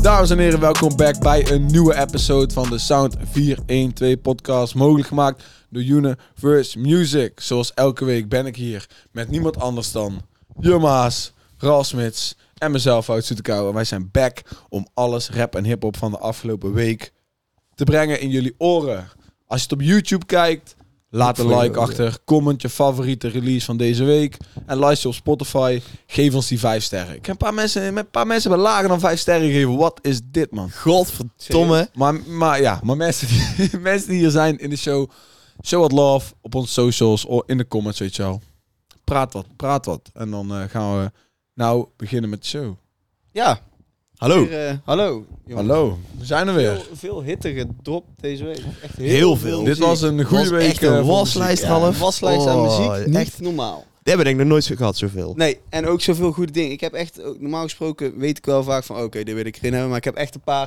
Dames en heren, welkom back bij een nieuwe episode van de Sound 412 podcast. Mogelijk gemaakt door Universe Music. Zoals elke week ben ik hier met niemand anders dan Jumma's, Ralf Smits en mezelf uit Zoetekouwen. En wij zijn back om alles rap en hiphop van de afgelopen week te brengen in jullie oren. Als je het op YouTube kijkt, laat een like achter, comment je favoriete release van deze week en luister op Spotify. Geef ons die 5 sterren. Ik heb een paar mensen hebben lager dan 5 sterren gegeven. Wat is dit, man? Godverdomme. Maar mensen die hier zijn in de show, show what love op onze socials of in de comments, weet je wel. Praat wat. En dan gaan we nou beginnen met de show. Ja. Hallo. Hallo. Jongen. Hallo, we zijn er weer. Veel hitte gedropt deze week. Echt Heel veel. Dit was een goede week. Echt een waslijst, Ralf. Een waslijst aan muziek. Niet Echt normaal. Die hebben denk ik nog nooit zo gehad, zoveel. Nee, en ook zoveel goede dingen. Ik heb echt, normaal gesproken weet ik wel vaak van, oké, dit wil ik erin hebben. Maar ik heb echt een paar,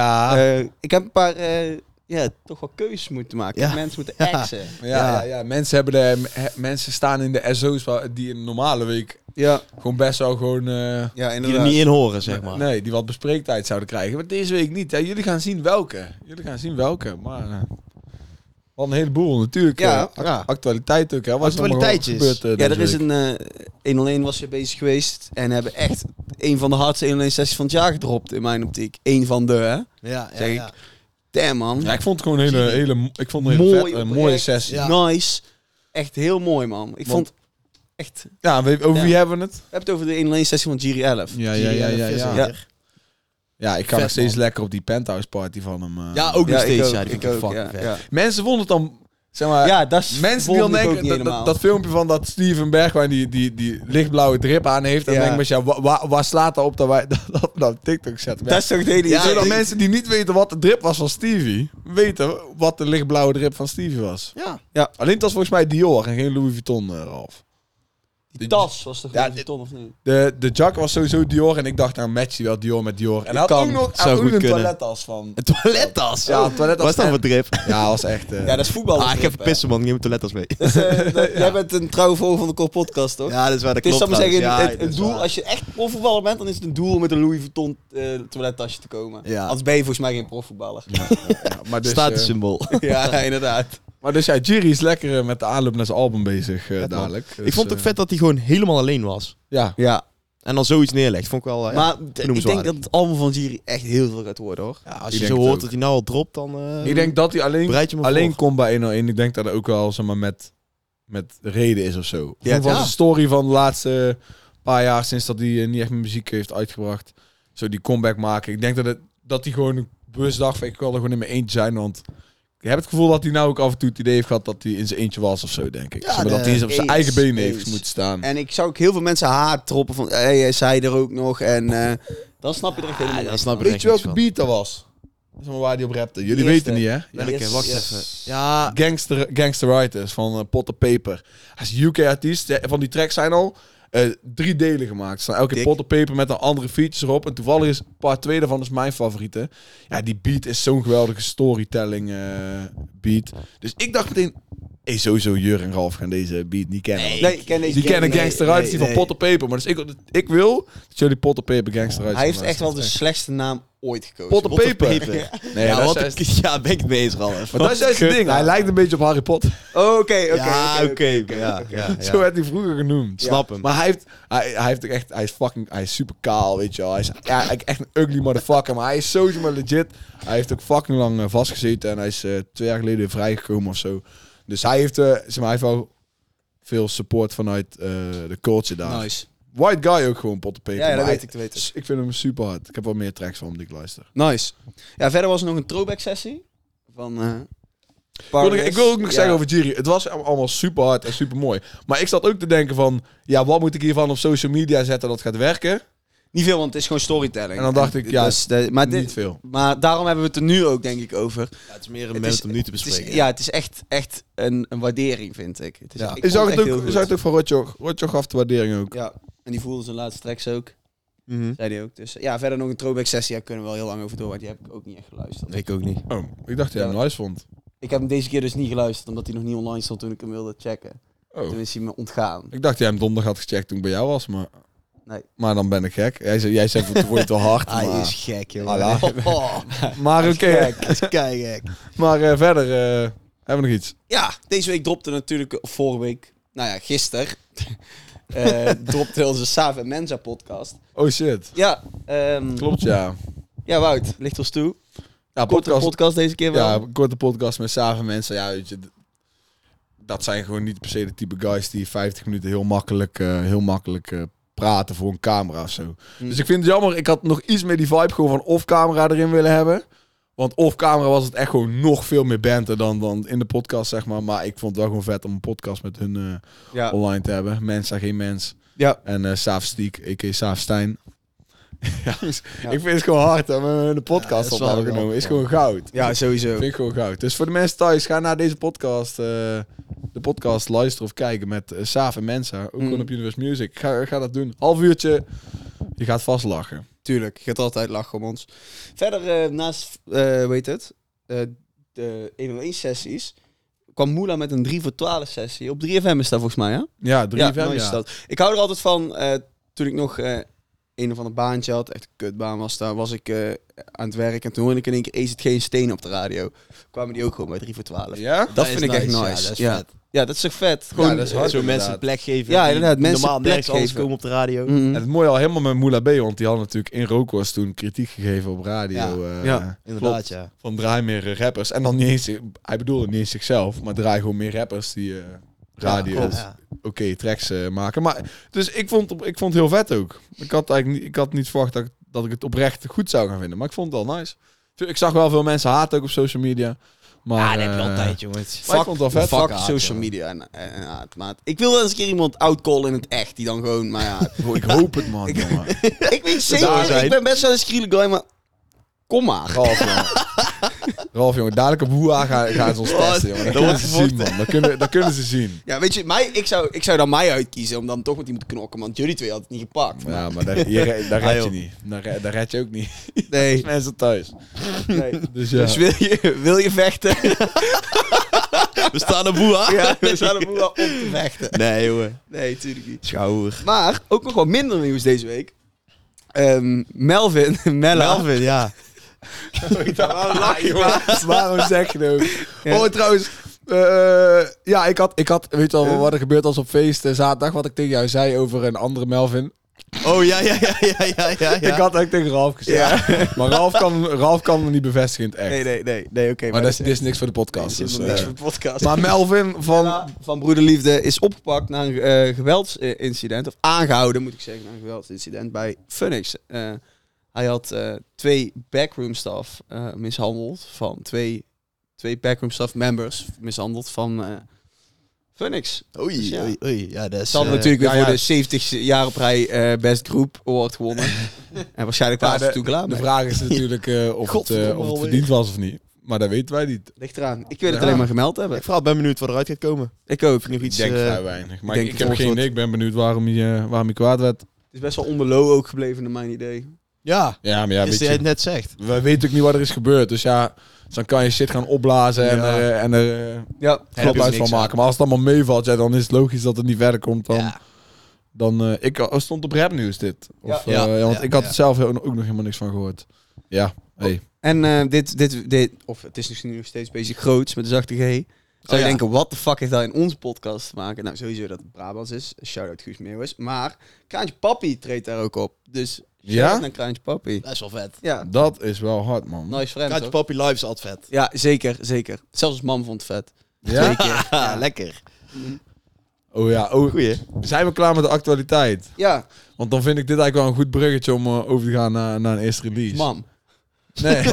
toch wel keuzes moeten maken. Ja. Mensen moeten axen. Ja. Mensen staan in de SO's die in een normale week Ja, gewoon best wel gewoon... ja, Die er inderdaad. niet in horen, zeg maar. Nee, die wat bespreektijd zouden krijgen. Maar deze week niet. Ja, jullie gaan zien welke. Maar wat een heleboel natuurlijk. Ja. Actualiteit ook. Hè. Wat is er allemaal Actualiteitjes. gebeurd, Ja, deze er is week? een 101 was je bezig geweest. En hebben echt een van de hardste 101 sessies van het jaar gedropt in mijn optiek. Eén van de, hè. Ja, Zeg ik. Damn, man. Ja, ik vond het gewoon een hele Mooi, mooie oprecht. sessie. Ja. Nice. Echt heel mooi, man. Ik vond echt... Ja, over wie hebben we het? We hebben het over de 101 sessie van Giri 11. Ja. Ja, ik ga Vet, nog steeds man. lekker op die penthouse party van hem. Ja, ook nog steeds. Ja, die ik vind ik ook, fucking vet. ja. Mensen vonden het dan... Zeg maar, Ja, dat is mensen die dan vond ik ook denken, niet helemaal. dat filmpje van dat Steven Bergwijn die lichtblauwe drip aan heeft. En Ja. denk je, waar slaat dat op dat wij dat we op TikTok zetten? Dat is toch het hele Ja, idee? Zodat ik- mensen die niet weten wat de drip was van Stevie, weten wat de lichtblauwe drip van Stevie was. Ja. Alleen het was volgens mij Dior en geen Louis Vuitton, Ralf. Die tas was toch Ja, een ton of niet? De jack was sowieso Dior en ik dacht, nou matcht hij wel Dior met Dior. En hij had Kan. ook nog Zou goed een kunnen. toilettas van. Een toilettas. Ja, een toilettas. Wat is dat voor drip? Ja, was echt... Ja, dat is voetbal. Ik heb pissen, man. Ik neem mijn toilettas mee. Dus, jij bent een trouwe volger van de Core Podcast, toch? Ja, dat is waar. Dat Het is, klopt. zal ik maar zeggen, trouwens. Ja, het dat is doel, waar. als je echt profvoetballer bent, dan is het een doel om met een Louis Vuitton toilettasje te komen. Ja. Anders ben je volgens mij geen profvoetballer. Ja, maar dus, Statussymbool. Ja, inderdaad. maar dus ja, Jerry is lekker met de aanloop naar zijn album bezig dadelijk. Dus, Ik vond het ook vet dat hij gewoon helemaal alleen was. Ja, Ja, En dan zoiets neerlegt. Vond ik wel... maar ik denk benoemenswaardig. dat het album van Giri echt heel veel gaat worden, hoor. Ja, als Ik je denk zo het hoort ook. dat hij nou al dropt, dan... ik denk dat hij bereid je me alleen voor. komt bij 101. Ik denk dat het ook wel zeg maar, met reden is of zo. Ja, Van ja. zijn story van de laatste paar jaar sinds dat hij niet echt meer muziek heeft uitgebracht. Zo die comeback maken. Ik denk dat hij gewoon bewust dacht van ik wil er gewoon in mijn eentje zijn. Want ik heb het gevoel dat hij nou ook af en toe het idee heeft gehad dat hij in zijn eentje was of zo, denk ik. Ja, Zeg maar dat hij op zijn eens, eigen benen heeft eens. moeten staan. En ik zou ook heel veel mensen haat troppen van, hij zei er ook nog. En dan snap je er echt helemaal dan niks snap van. je Weet je welke beat dat was? Zeg maar waar hij op rapte. Jullie Die weten eerste. niet, hè? Welke? Yes, Wacht yes. even. Ja, Gangster Writers van Potter Paper. Hij is een UK-artiest. Van die tracks zijn al 3 delen gemaakt. Er staan elke keer Dik. Potter Paper met een andere features erop. En toevallig is part 2 daarvan is mijn favoriete. Ja, die beat is zo'n geweldige storytelling beat. Dus ik dacht meteen... Hey, sowieso Jur en Ralf gaan deze beat niet kennen. Nee. Nee, ik ken deze Die kennen nee, Gangster Writers die van nee. Potter Paper. Maar dus ik wil dat jullie Potter Paper Gangster Writers Hij heeft gaan echt wel de luisteren. slechtste naam ooit gekozen. Potter Paper. Nee, ja, dat wat is ja, ben ik het mee eens, Ralf. maar dat is juist het ding. Hij lijkt een beetje op Harry Potter. Oké. Ja, oké. Ja. Zo werd hij vroeger genoemd. Snap hem. Maar hij heeft ook echt, hij is super kaal, weet je wel. Hij is echt een ugly motherfucker, maar hij is zo maar legit. Hij heeft ook fucking lang vastgezeten en hij is 2 jaar geleden vrijgekomen of zo. Dus hij heeft, zeg maar, hij heeft wel veel support vanuit de culture daar. Nice. White guy ook gewoon, Potter Paper. Ja, dat Maar weet ik te weten. ik vind hem super hard. Ik heb wel meer tracks van hem die ik luister. Nice. Ja, verder was er nog een throwback sessie. Van Ik wil ook nog zeggen over Jerry. Het was allemaal super hard en super mooi. Maar ik zat ook te denken van... Ja, wat moet ik hiervan op social media zetten dat gaat werken? Niet veel, want het is gewoon storytelling. En dan dacht ik, ja, maar, Niet veel. maar daarom hebben we het er nu ook, denk ik, over. Ja, het is meer een Het moment is- om nu te Het is, bespreken. ja, het is echt een waardering, vind ik. Het is, Ja. ik Je zag vond het echt ook, heel je zag goed. het ook van Rotjoch. Rotjoch gaf de waardering ook. Ja, en die voelde zijn laatste tracks ook. Mhm. Zei hij ook. Dus ja, verder nog een throwback sessie. Daar kunnen we wel heel lang over door, want die heb ik ook niet echt geluisterd. Ik ook niet. Oh, ik dacht dat jij hem nice vond. Ik heb hem deze keer dus niet geluisterd, omdat hij nog niet online stond toen ik hem wilde checken. Oh, Toen is hij me ontgaan. ik dacht dat jij hem donderdag had gecheckt toen ik bij jou was, maar... Maar dan ben ik gek. Jij zegt het wordt wel hard. Hij maar... is gek, jongen. Voilà. Oh, Maar oké. hij is keigek. Maar verder hebben we nog iets. Ja, deze week dropte natuurlijk, of vorige week, nou ja, gisteren, dropte onze Saaf en Mensa podcast. Oh shit. Ja, Klopt, ja. ja, Wout, ligt ons toe. Ja, Korte podcast deze keer wel. Ja, een korte podcast met Saven mensen. Ja, weet je, dat zijn gewoon niet per se de type guys die 50 minuten heel makkelijk praten voor een camera of zo. Dus ik vind het jammer. Ik had nog iets meer die vibe gewoon van off-camera erin willen hebben. Want off-camera was het echt gewoon nog veel meer banter dan in de podcast, zeg maar. Maar ik vond het wel gewoon vet om een podcast met hun online te hebben. Mensa, geen mens. Ja. En Saaf Stiek, a.k.a. Saaf Stijn. Ja, dus Ja. ik vind het gewoon hard dat we de podcast dat is op hebben wel genomen. Is grappig, gewoon goud. Ja, sowieso. Vind ik gewoon goud. Dus voor de mensen thuis, ga naar deze podcast. De podcast luisteren of kijken met Saaf en Mensa. Ook gewoon op Universe Music. Ga dat doen. Half uurtje. Je gaat vast lachen. Tuurlijk, je gaat altijd lachen om ons. Verder, naast, weet het, de 101 sessies, kwam Moela met een 3 voor 12 sessie. Op 3FM is dat volgens mij, hè? Ja, 3FM. nice is Ja. dat. Ik hou er altijd van, toen ik nog een of ander baantje had, echt een kutbaan was daar, was ik aan het werk en toen hoorde ik in één keer, is het geen steen op de radio. Kwamen die ook gewoon bij 3 voor 12. Ja? Dat vind ik echt nice. Ja, dat is Ja. vet. Ja, dat is toch vet? Gewoon, dat is hard. Zo mensen inderdaad. een plek geven. Ja, die inderdaad, mensen normaal een plek nergens anders geven. komen op de radio. Mhm. En het mooie al helemaal met Moela B, want die had natuurlijk in Rookworst toen kritiek gegeven op radio. Ja. Inderdaad, klopt. ja. Van draai meer rappers. En dan niet eens, hij bedoelde niet eens zichzelf, maar draai gewoon meer rappers die radio klopt. Ja. oké tracks maken. Maar, dus ik vond het heel vet ook. Ik had niet verwacht dat ik het oprecht goed zou gaan vinden, maar ik vond het wel nice. Ik zag wel veel mensen haten ook op social media. Maar, Ja, dat heb je altijd, jongens. Maar ik vond het wel vet. Fuck haat, social jongen. media en haat, maat. Ik wil wel eens een keer iemand outcallen in het echt, die dan gewoon, maar ja. Ik hoop het, man. jongen. ik weet zeker, daar zijn. ik ben best wel een skriele guy, maar kom maar. Ralf, jongen. Ralf, jongen. Dadelijk op Hoera gaan ze ons testen, jongen. Dat kunnen ze zien, man. Dat kunnen ze zien. Ja, weet je, ik zou dan mij uitkiezen om dan toch met die te knokken, want jullie twee hadden het niet gepakt. Ja, maar daar red je joh. niet. Daar red je ook niet. Nee, Mensen thuis. nee. Dus ja. Dus wil je vechten? We staan op boeha. Ja, we staan er boel om te vechten. Nee, jongen. Nee, tuurlijk niet. Schouwer. Maar, ook nog wel minder nieuws deze week. Melvin, Mella. Melvin, ja. Waarom lach je, man? Waarom zeg je dat ook? Ja. Oh, trouwens. Ja, ik had, weet je al wat er gebeurd was op feest zaterdag, wat ik tegen jou zei over een andere Melvin. Oh, ja. Ik had eigenlijk tegen Ralf gezegd. Ja. Maar Ralf kan me niet bevestigen in het echt. Nee, oké. Maar dit is niks voor de podcast. dit is Dus, niks voor de podcast. maar Melvin van Broederliefde is opgepakt na een geweldsincident. Of aangehouden, moet ik zeggen, na een geweldsincident bij Phoenix. Hij had 2 backroom staff mishandeld. Van twee backroom staff members mishandeld van Phoenix. Oei, Dus ja. oei. Ja, dat is... Ze hadden natuurlijk weer ja, voor ja. de 70 jaar op rij Best Group Award gewonnen. En waarschijnlijk waren ze toen klaar de mee. vraag is natuurlijk of het verdiend was of niet. Maar dat weten wij niet. Ligt eraan. Ik wil het Ja. alleen maar gemeld hebben. Ik vooral ben benieuwd wat eruit gaat komen. Ik ook. Nog iets... Ik denk vrij weinig. Maar denk ik heb volgens geen wat- idee. Ik ben benieuwd waarom hij kwaad werd. Het is best wel onder low ook gebleven, naar mijn idee. Ja, Ja, maar ja, is weet hij je, het net zegt. we weten ook niet wat er is gebeurd. Dus ja, dan kan je shit gaan opblazen en er Ja, klop uit niks van aan. maken. Maar als het allemaal meevalt, ja, dan is het logisch dat het niet verder komt dan... Ja. Ik stond op rapnieuws dit. Of, Ja. want Ja, ik had ja. het zelf ook nog helemaal niks van gehoord. Ja, hey. En dit, of het is misschien nog steeds bezig groots met de zachte G. Zou je ja. denken, wat de fuck heeft dat in onze podcast te maken? Nou, sowieso dat het Brabants is. Shout-out Guus Meeuwis. Maar Kraantje Papi treedt daar ook op. Dus Ja? shout-out naar Kraantje Papi. Dat is wel vet. Ja, Dat is wel hard, man. nice friend, Kaatje toch? Papi Live is altijd vet. Ja, zeker. Zelfs als mam vond het vet. Ja? 2 keer. Ja, lekker. Oh ja, Goeie. zijn we klaar met de actualiteit? Ja, Want dan vind ik dit eigenlijk wel een goed bruggetje om over te gaan naar een eerste release. mam. Nee.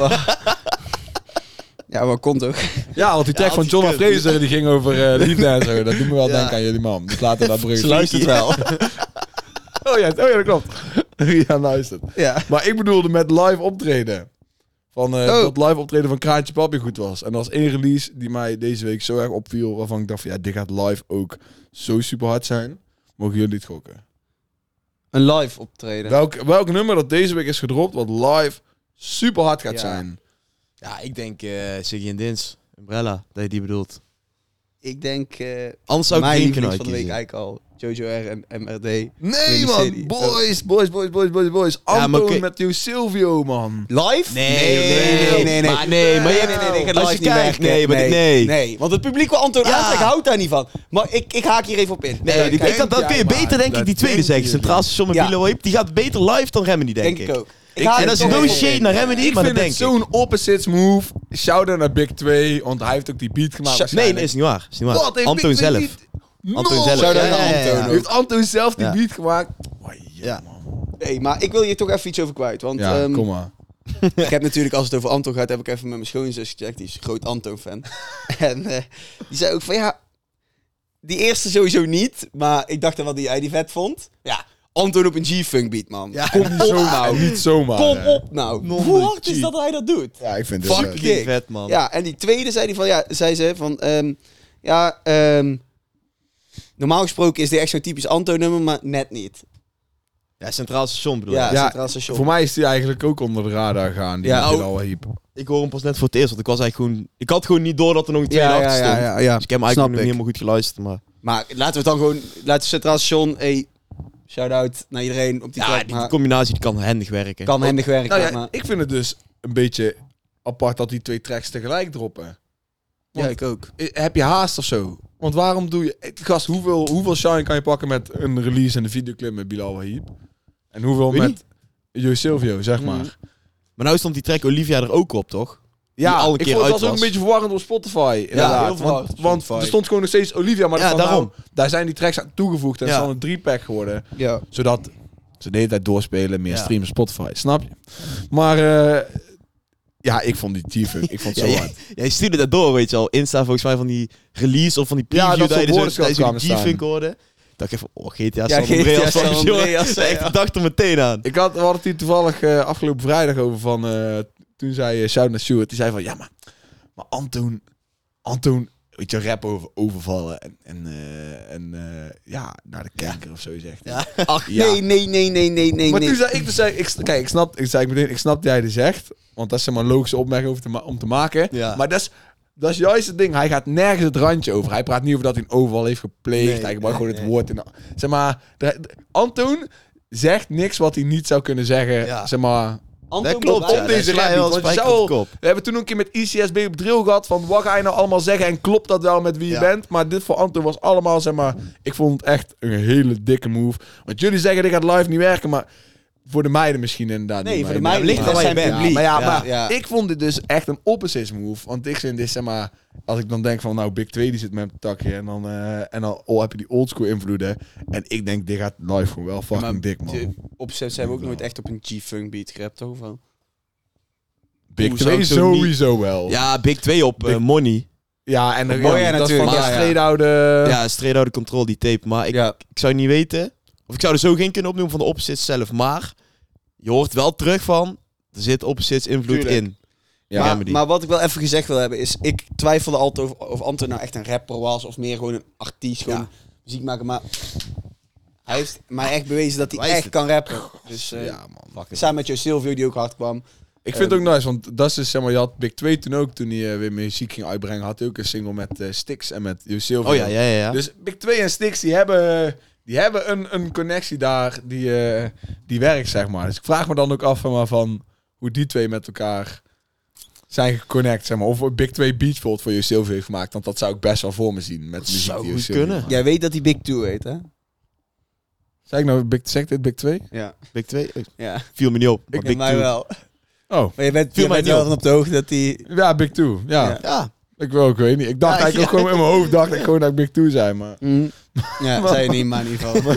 Ja, wat komt ook. Ja, want die track Ja, van had John gekund. Fraser die ging over liefde en zo. Dat doet me wel Ja. denken aan jullie man. Dus laten we dat bruggetje... Ze luistert wel. Oh ja, dat klopt. Ja, luistert. Ja. Maar ik bedoelde met live optreden. Van dat live optreden van Kraantje Papi goed was. En dat was 1 release die mij deze week zo erg opviel. Waarvan ik dacht van ja, dit gaat live ook zo super hard zijn. Mogen jullie het gokken? Een live optreden. Welk nummer dat deze week is gedropt wat live super hard gaat Ja. zijn? Ja, ik denk Ziggy en Dins. Umbrella, dat je die bedoelt. Ik denk Anders zou ik mijn Drinken lievelings van de week uitkiezen. eigenlijk al. Jojo R en MRD. Nee, Windy man. City. Boys. Ja, maar Anton oké. met Theo Silvio, man. Live? Nee. Maar nee, maar gaat als je live niet kijkt, werken. nee. Want het publiek wil Anton Ja. aantrekken, houdt daar niet van. Maar ik haak hier even op in. Nee, denk dan kun je jij maar. beter denk ik Dat die tweede denk zeggen. je Centraal Station met Ja. Bilo Whip. Die gaat beter live dan Remedy, denk Denk ik ook. Ik- haak En er dat is toch no even op shade in. naar Remedy, Ik maar vind dat het denk ik. zo'n opposites move. Shout-out naar Big 2, want hij heeft ook die beat gemaakt. Sh- Nee, waarschijnlijk. is niet waar. Is niet waar. Wat heeft Anton Big 2 zelf. niet- Anton No. zelf. Shout-out Ja, naar ja, ja, Anton ja. ook. Heeft Anton zelf die Ja. beat gemaakt? Oh, Ja. man. Nee, maar ik wil hier toch even iets over kwijt. Want Ja, kom maar. ik heb natuurlijk, als het over Anton gaat, heb ik even met mijn schoonzus gecheckt. Die is een groot Anton-fan. En die zei ook van, ja, die eerste sowieso niet. Maar ik dacht dan wel die hij die vet vond. Ja, Anton op een G-Funk beat, man. Ja. Kom op nou. Niet zomaar. Kom hè. op nou. Non Hoe de hard is G. dat hij dat doet? Ja, ik vind het Fuck leuk. dik. Fucking vet, man. Ja, en die tweede zei ze van, normaal gesproken is dit echt zo'n typisch Anton-nummer, maar net niet. Ja, Centraal Station bedoel je. Ja, Ja, Centraal Station. Voor mij is die eigenlijk ook onder de radar gaan. Die Ja, ja, oh. al hiep. Ik hoor hem pas net voor het eerst, want ik was eigenlijk gewoon... Ik had gewoon niet door dat er nog een tweede achter stond. ja. Dus ik heb hem eigenlijk Snap nog niet ik. helemaal goed geluisterd, maar... Maar laten we het dan gewoon... Laten we Centraal Station... Hey, shout-out naar iedereen op die Ja, track. die maar combinatie die kan handig werken. kan handig werken. Nou ja, maar... ik vind het dus een beetje apart dat die 2 tracks tegelijk droppen. Ja, ik ook. Heb je haast of zo? Want waarom doe je... Gast, hoeveel shine kan je pakken met een release en de videoclip met Bilal Wahib? En hoeveel Weet met Jo Silvio, zeg maar. Maar nou stond die track Olivia er ook op, toch? Die Ja, al een ik keer vond het uit was ook een was. beetje verwarrend op Spotify. Inderdaad. heel verwarrend want, op want Spotify. er stond gewoon nog steeds Olivia, maar Ja, dat van, daarom. nou, daar zijn die tracks aan toegevoegd en Ja. het is dan een 3-pack geworden. Ja. Zodat ze de hele tijd doorspelen, meer Ja. streamen Spotify, snap je? Maar ja, ik vond die G-Funk, ik vond het zo Ja, hard. Jij stuurde dat door, weet je al. Insta volgens mij van die release of van die preview. Ja, dat je zo'n woordenschat die kwamen G-Funk staan. hoorde. Dacht ik even, oh, GTA Ja, San GTA Andreas. San vibes, jongen. Andreas, ja. Echt, ik dacht er meteen aan. We hadden het hier toevallig afgelopen vrijdag over van... toen zei Shout naar Stuart, die zei van... Ja, maar Anton, weet je, rap over overvallen en ja, naar de kerker of zo zegt. hij. Ja. Ach, Ja. nee. Maar toen zei ik, kijk, ik snap die hij er zegt. Want dat is zeg maar een logische opmerking om te maken. Ja. Maar dat is juist het ding. Hij gaat nergens het randje over. Hij praat niet over dat hij een overval heeft gepleegd. Nee, hij gebruikt gewoon het nee. woord. Zeg maar, Anton zegt niks wat hij niet zou kunnen zeggen. Ja. Zeg maar, Anton Dat klopt, Bobijn. op deze sla je rap wel beat, want je spijker zou op de al- kop. we hebben toen ook een keer met ICSB op drill gehad. Van wat ga je nou allemaal zeggen? En klopt dat wel met wie je Ja. bent? Maar dit voor Anton was allemaal, zeg maar... Ik vond het echt een hele dikke move. Want jullie zeggen, dit gaat live niet werken. Maar voor de meiden misschien inderdaad Nee, niet. voor de Maar- meiden ligt niet. er Dat waar je zijn bent. publiek. Ja, maar, Ja. maar Ja. ik vond dit dus echt een opposite move. Want ik vind dit, zeg maar... Als ik dan denk van, nou, Big 2 die zit met een takje. En dan heb je die oldschool invloeden. En ik denk, dit gaat live gewoon wel fucking Maar dik, man. Opzet zijn we ook nooit echt op een G-Funk beat gerapt, toch? Of wel? Big Hoe zou 2 ik zo niet- sowieso wel. Ja, Big 2 op Big- Money. Ja, en dan Mooi, ja, dat is van natuurlijk. de Ja, ja. streedoude... Ja, straight out de control, die tape. Maar ik Ja. zou niet weten... Of ik zou er zo geen kunnen opnoemen van de opposites zelf. Maar je hoort wel terug van... Er zit opposites invloed Tuurlijk. in. Ja, Remedy. Maar wat ik wel even gezegd wil hebben is... Ik twijfelde altijd of Anton nou echt een rapper was... Of meer gewoon een artiest, gewoon Ja. muziek maken. Maar hij heeft mij echt bewezen dat hij Bewijst echt het. kan rappen. Dus ja, man. samen met Jo Silvio die ook hard kwam. Ik vind het ook nice, want dat is dus, zeg maar, je had Big 2 toen ook, toen hij weer muziek ging uitbrengen, had hij ook een single met Styx en met Jo Silvio. Oh ja. Dus Big 2 en Styx, die hebben een connectie daar die werkt, zeg maar. Dus ik vraag me dan ook af van hoe die twee met elkaar zijn geconnect, zeg maar. Of Big 2 Beach bijvoorbeeld voor Jo Silvio heeft gemaakt, want dat zou ik best wel voor me zien met de muziek zou die Jo goed Silvio kunnen. maakt. Jij weet dat hij Big 2 heet, hè? Zeg ik nou, zeg ik dit Big 2? Ja. Big 2? Ja, Viel me niet op. Maar ik Big mij 2. wel. Oh, Maar je bent Viel mij niet wel op. van op de hoogte dat hij... ja, Big 2. Ja, Ja. Ja. ik weet niet. Ik dacht Ja, eigenlijk ook gewoon in mijn hoofd, dacht ik gewoon dat ik Big 2 zei, maar... Ja, zei je niet, maar in ieder geval.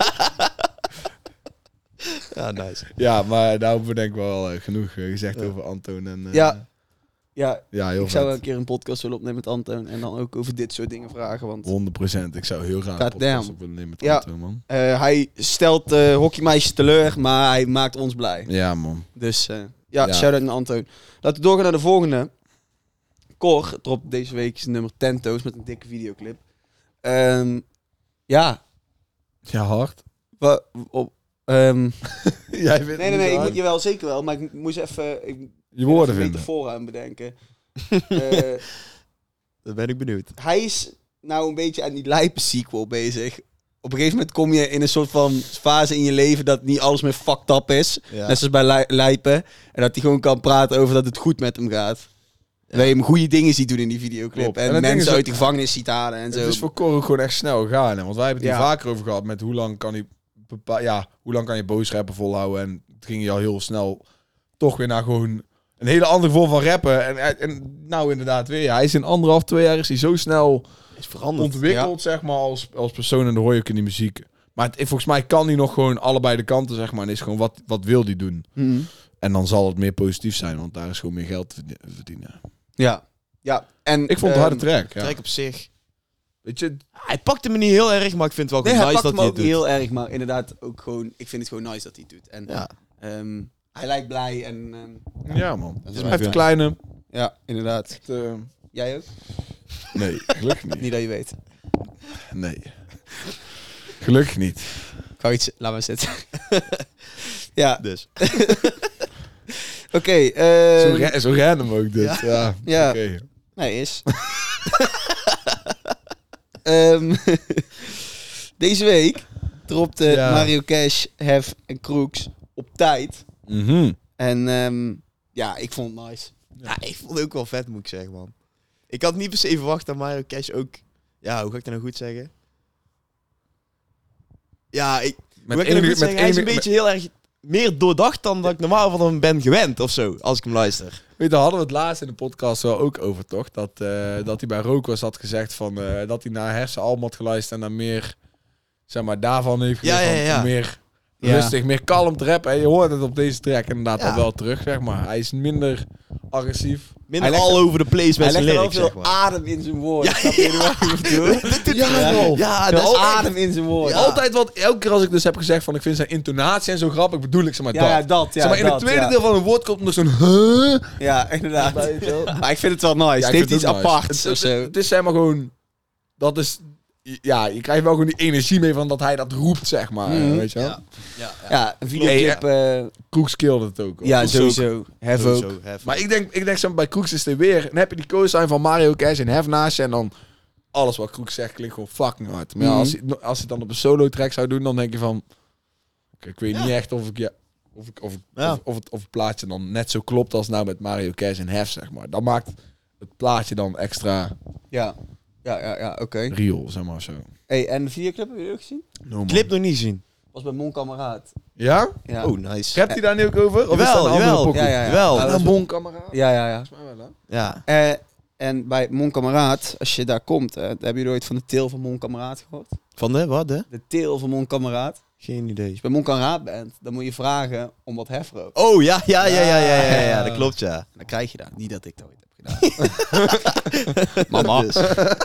Ja, nice. Ja, maar daar hebben we denk ik wel genoeg gezegd over Anton en... Ja. Ja, Ja, heel ik zou wel vet. een keer een podcast willen opnemen met Anton. En dan ook over dit soort dingen vragen. Want 100%. Ik zou heel graag God een podcast damn. op willen nemen met Ja. Anton, man. hij stelt hockeymeisjes teleur, maar hij maakt ons blij. Ja, man. Dus ja, Ja. shout-out naar Anton. Laten we doorgaan naar de volgende. Cor dropt deze week zijn nummer Tento's met een dikke videoclip. Ja, Ja, hard. wa- op, nee, Jij vindt ik moet je wel zeker wel, maar ik moest even... je woorden even vinden. voor aan bedenken. Dat ben ik benieuwd. Hij is nou een beetje aan die lijpe sequel bezig. op een gegeven moment kom je in een soort van fase in je leven dat niet alles meer fucked up is. Ja. Net zoals bij Lijpen. En dat hij gewoon kan praten over dat het goed met hem gaat. Ja. Dat je hem goede dingen ziet doen in die videoclip. Klopt. En En het ding mensen is uit ook- de gevangenis ziet halen en zo. Het is voor Cor ook gewoon echt snel gaan. Hè? Want wij hebben het hier Ja. vaker over gehad met hoe lang kan hij hoe lang kan je boos rappen volhouden. En het ging je al heel snel toch weer naar gewoon een hele andere vorm van rappen. En nou inderdaad weer. Hij is in 1,5-2 jaar is hij zo snel Is veranderd. ontwikkeld, zeg maar, als persoon. En dat hoor je ook in die muziek. Maar volgens mij kan hij nog gewoon allebei de kanten, zeg maar. En is gewoon, wat wil hij doen? Mhm. En dan zal het meer positief zijn, want daar is gewoon meer geld te verdienen. Ja. En, Ik vond het een harde track. Ja. Trek op zich. Weet je, Hij pakte me niet heel erg, maar ik vind het wel Nee, goed hij nice pakt dat me hij ook het niet doet. heel erg, maar inderdaad ook gewoon... Ik vind het gewoon nice dat hij het doet. En Ja. hij lijkt blij en... ja man. Dat is Hij wel heeft goed. kleine... ja, inderdaad. echt, Jij ook? nee, gelukkig niet. Niet dat je weet. Nee. Gelukkig niet. Ik wou iets... Laat maar zitten. Ja, Dus. oké. Zo random ook dit. Ja. Ja. Oké. Nee, is. Deze week dropte Ja. Mario Cash, Hef en Crooks op tijd. Mhm. En ja, ik vond het nice. Ja, ik vond het ook wel vet, moet ik zeggen, man. Ik had niet per se verwacht dat Mario Cash ook... Ja, hoe ga ik dat nou goed zeggen? Ja, hoe ga ik dat nou goed zeggen? Hij is een beetje heel erg meer doordacht dan dat ik normaal van hem ben gewend of zo, als ik hem luister. Weet je, daar hadden we het laatst in de podcast wel ook over, toch? Dat hij bij Rokos had gezegd van, dat hij naar hersenalbum had geluisterd en dan meer, zeg maar, daarvan heeft Ja, geleerd ja, van ja. meer Ja. rustig, meer kalm te rappen. En je hoort het op deze track inderdaad Ja. al wel terug, zeg maar. Hij is minder agressief. Minder Hij legt- all over the place met Hij zijn legt er wel lyrics, veel zeg maar. adem in zijn woorden. Ja, Snap je wat ik bedoel? Dat doet Ja, hij man. Ja, Veel dat is echt- adem in zijn woorden. Ja. Altijd wat, elke keer als ik dus heb gezegd van, ik vind zijn intonatie en zo grappig, bedoel ik, zeg maar, Ja, dat. ja, dat. Ja, Zeg maar, in dat, het tweede ja. deel van een woord komt nog zo'n huh. Ja, inderdaad. Bij je wel. Maar ik vind het wel nice. Ja, ik het heeft vind iets het ook nice. aparts of zo. Het is zeg maar gewoon, dat is, ja, je krijgt wel gewoon die energie mee van dat hij dat roept, zeg maar. Mhm. Weet je wel? Ja, een videoclip. Kroeks kilde het ook. Hoor. Ja, Kroeks sowieso. Hef ook. Sowieso, hef. Maar ik denk zeg maar, bij Kroeks is er weer. Dan heb je die co-sign van Mario Cash en Hef naast je. En dan alles wat Kroeks zegt klinkt gewoon fucking hard. Maar ja, Mhm. als hij het dan op een solo track zou doen, dan denk je van... Ik weet niet echt of ik... Ja, of het plaatje dan net zo klopt als nou met Mario Cash en Hef, zeg maar. Dat maakt het plaatje dan extra Ja. Ja, oké. real, zeg maar zo. Hey, en de videoclip, heb je die ook gezien? No, man. Clip nog niet zien. Was bij Mon Kameraad. Ja? Ja. Oh, nice. Hebt hij daar nu ook over? Of is Jawel, dat een andere jawel. pokoe? Ja. Jawel. Ja, dat Een was- bon kameraad? Ja. Volgens mij wel, hè? Ja. En bij Mon Kameraad, als je daar komt, heb je ooit van de til van Mon Kameraad gehoord? Van de, wat de? De til van Mon Kameraad. Geen idee. Als je bij Mon Kameraad bent, dan moet je vragen om wat hef rookt. Oh, ja, dat klopt, ja. Dan krijg je dat. Niet dat ik dat ooit heb gedaan. Mama. Dus.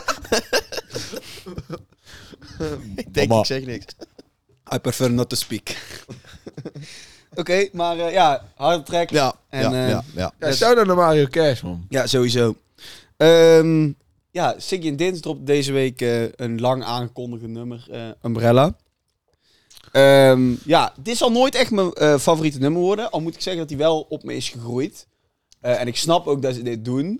Ik denk, Mama. ik zeg niks. I prefer not to speak. Oké, maar ja, harde track. Ja, En, ja. Ja, Dus- shout-out naar Mario Cash, man. Ja, sowieso. Ja, Siggy en Dins dropt deze week een lang aangekondigde nummer, Umbrella. Ja, dit zal nooit echt mijn favoriete nummer worden. Al moet ik zeggen dat hij wel op me is gegroeid. En ik snap ook dat ze dit doen.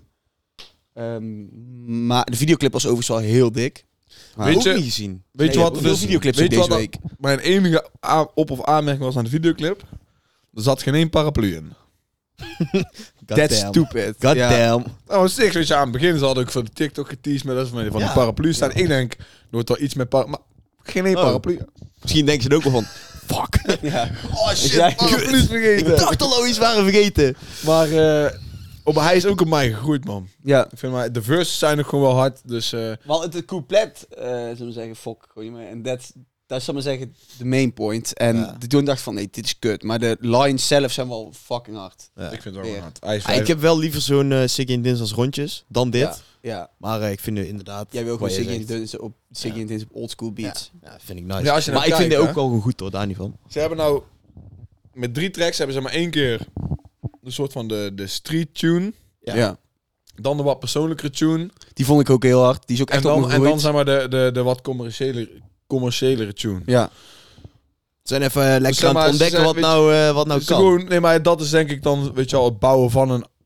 Maar de videoclip was overigens wel heel dik. Maar Weet Ook je- niet gezien. Weet je Nee, wat er veel dus- videoclips weet je deze wat week. Mijn enige op- of aanmerking was aan de videoclip? Er zat geen één paraplu in. That's stupid. God Ja. damn. Nou, steeds, weet je, aan het begin ze hadden ook voor de TikTok geteased met dat van die Ja. paraplu staan. Ik denk, er wordt wel iets met maar geen één Oh. paraplu. Misschien denken ze er ook wel van... Fuck. Ja. Oh shit, jij- paraplu's Ik vergeten. dacht al iets waren vergeten. Maar hij is ook op mij gegroeid, man. Ja. Ik vind de verses zijn ook gewoon wel hard, dus... Wel, het couplet, zullen we zeggen, fok, gooi je me. En dat is, zal maar zeggen, de main point. En Ja. toen dacht ik van, nee, dit is kut. Maar de lines zelf zijn wel fucking hard. Ja. ik vind het wel weer. gewoon hard. Hij is Ik heb wel liever zo'n Siggy en Dins als rondjes dan dit. Ja. Ja. Maar ik vind het inderdaad... Jij wil gewoon wat je Siggy en zegt. Dins op, Siggy en Dins op oldschool beats. Ja, vind ik nice. Ja, als je maar nou ik vind kijkt, het ook hè. wel gewoon goed hoor, daar niet van. Ze hebben nou... Met 3 tracks hebben ze maar 1 keer... Een soort van de street tune. Ja. Dan de wat persoonlijkere tune. Die vond ik ook heel hard. Die is ook echt op me En gegroeid. dan zeg maar de wat commerciëlere tune. Ja. We zijn even lekker zeg aan maar, het ontdekken ze wat zijn- nou, wat nou Dus kan. gewoon, nee, maar dat is denk ik dan, weet je wel, het bouwen van een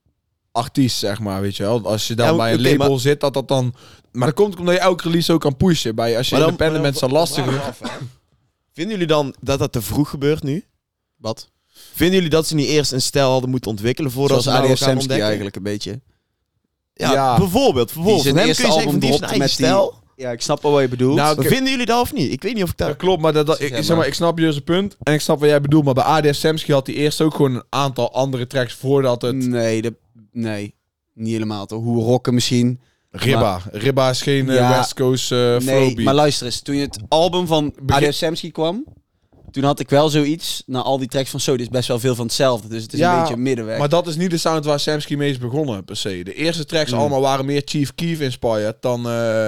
artiest, zeg maar, weet je wel. Als je dan Ja, bij een oké, label maar- zit, dat dan... Maar dat komt omdat je elke release ook kan pushen. Als je independent bent, is dat lastiger. Vinden jullie dan dat dat te vroeg gebeurt nu? Wat? Vinden jullie dat ze niet eerst een stijl hadden moeten ontwikkelen voordat Zoals ze nou ADF gaan Samsky ontdekken? eigenlijk een beetje. Ja, Ja. bijvoorbeeld. Die Van zijn hem eerste kun je zeggen, album die heeft een dropte eigen met die- stijl. Ja, ik snap wel wat je bedoelt. Nou, Maar vinden jullie dat of niet? Ik weet niet of ik Dat daar... klopt, maar ik snap je zijn punt. En ik snap wat jij bedoelt. Maar bij ADF Samsky had hij eerst ook gewoon een aantal andere tracks voordat het... Nee, niet helemaal toch. Hoe rocken misschien. Ribba is geen Ja. West Coast flow Nee, beat. maar luister eens. Toen het album van ADF Samsky kwam, toen had ik wel zoiets, na al die tracks van dit is best wel veel van hetzelfde. Dus het is Ja, een beetje een middenweg. Maar dat is niet de sound waar Samsky mee is begonnen, per se. De eerste tracks allemaal waren meer Chief Keef inspired dan